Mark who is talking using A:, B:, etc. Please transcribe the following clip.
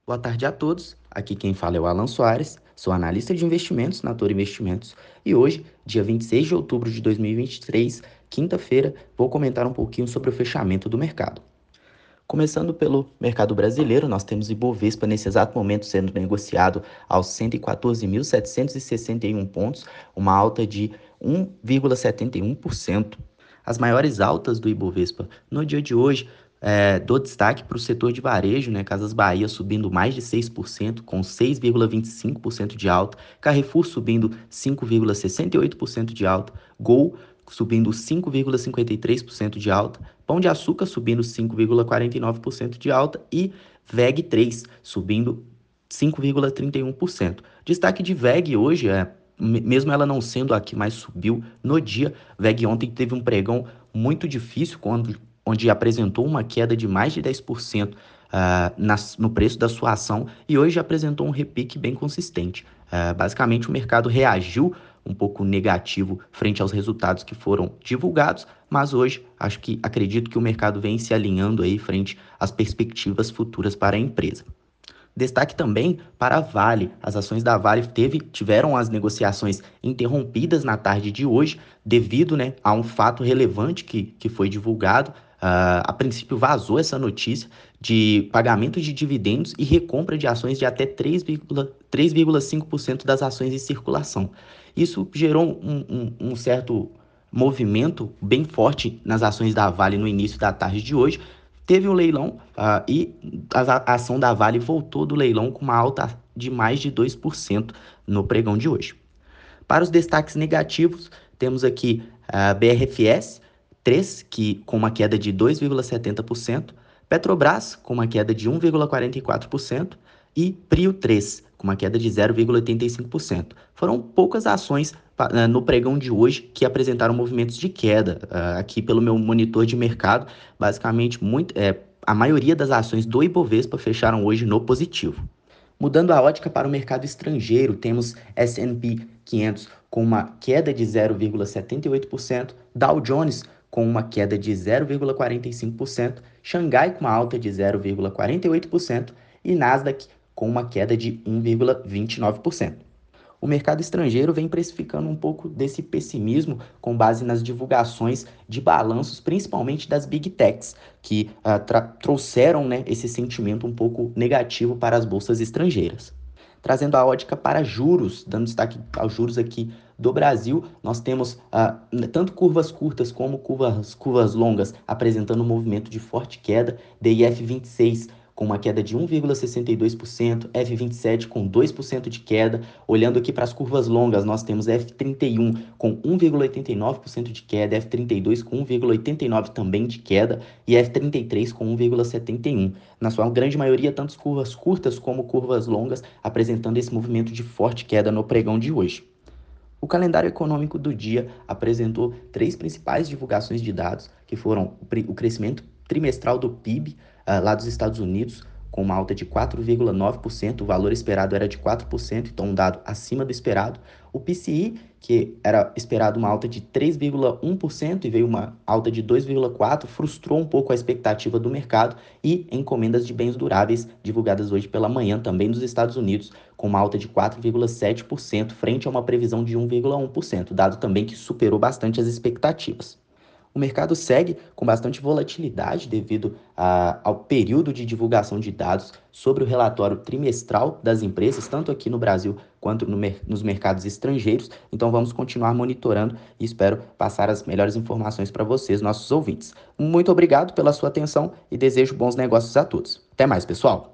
A: Boa tarde a todos. Aqui quem fala é o Alan Soares, sou analista de investimentos na Toro Investimentos e hoje, dia 26 de outubro de 2023, quinta-feira, vou comentar um pouquinho sobre o fechamento do mercado. Começando pelo mercado brasileiro, nós temos Ibovespa nesse exato momento sendo negociado aos 114.761 pontos, uma alta de 1,71%. As maiores altas do Ibovespa no dia de hoje dou destaque para o setor de varejo, né? Casas Bahia subindo mais de 6%, com 6,25% de alta, Carrefour subindo 5,68% de alta, Gol subindo 5,53% de alta, Pão de Açúcar subindo 5,49% de alta e VEG3 subindo 5,31%. Destaque de VEG hoje mesmo ela não sendo a que mais subiu no dia, VEG ontem teve um pregão muito difícil, onde apresentou uma queda de mais de 10% no preço da sua ação e hoje apresentou um repique bem consistente. Basicamente, o mercado reagiu um pouco negativo frente aos resultados que foram divulgados, mas hoje acredito que o mercado vem se alinhando aí frente às perspectivas futuras para a empresa. Destaque também para a Vale. As ações da Vale tiveram as negociações interrompidas na tarde de hoje, devido, né, a um fato relevante que foi divulgado. A princípio vazou essa notícia de pagamento de dividendos e recompra de ações de até 3,5% das ações em circulação. Isso gerou um certo movimento bem forte nas ações da Vale no início da tarde de hoje. Teve um leilão e a ação da Vale voltou do leilão com uma alta de mais de 2% no pregão de hoje. Para os destaques negativos, temos aqui a BRFS 3, com uma queda de 2,70%, Petrobras, com uma queda de 1,44%, e Prio 3, com uma queda de 0,85%. Foram poucas ações no pregão de hoje que apresentaram movimentos de queda. Aqui pelo meu monitor de mercado, basicamente a maioria das ações do Ibovespa fecharam hoje no positivo. Mudando a ótica para o mercado estrangeiro, temos S&P 500 com uma queda de 0,78%, Dow Jones com uma queda de 0,45%, Xangai com uma alta de 0,48% e Nasdaq com uma queda de 1,29%. O mercado estrangeiro vem precificando um pouco desse pessimismo com base nas divulgações de balanços, principalmente das Big Techs, que trouxeram, né, esse sentimento um pouco negativo para as bolsas estrangeiras. Trazendo a ótica para juros, dando destaque aos juros aqui do Brasil, nós temos tanto curvas curtas como curvas longas apresentando um movimento de forte queda, DIF 26 com uma queda de 1,62%, F27 com 2% de queda. Olhando aqui para as curvas longas, nós temos F31 com 1,89% de queda, F32 com 1,89% também de queda e F33 com 1,71%. Na sua grande maioria, tanto curvas curtas como curvas longas apresentando esse movimento de forte queda no pregão de hoje. O calendário econômico do dia apresentou 3 principais divulgações de dados, que foram o crescimento trimestral do PIB lá dos Estados Unidos, com uma alta de 4,9%, o valor esperado era de 4%, então um dado acima do esperado. O PCI, que era esperado uma alta de 3,1% e veio uma alta de 2,4%, frustrou um pouco a expectativa do mercado, e encomendas de bens duráveis divulgadas hoje pela manhã também dos Estados Unidos, com uma alta de 4,7% frente a uma previsão de 1,1%, dado também que superou bastante as expectativas. O mercado segue com bastante volatilidade devido ao período de divulgação de dados sobre o relatório trimestral das empresas, tanto aqui no Brasil quanto nos mercados estrangeiros. Então vamos continuar monitorando e espero passar as melhores informações para vocês, nossos ouvintes. Muito obrigado pela sua atenção e desejo bons negócios a todos. Até mais, pessoal!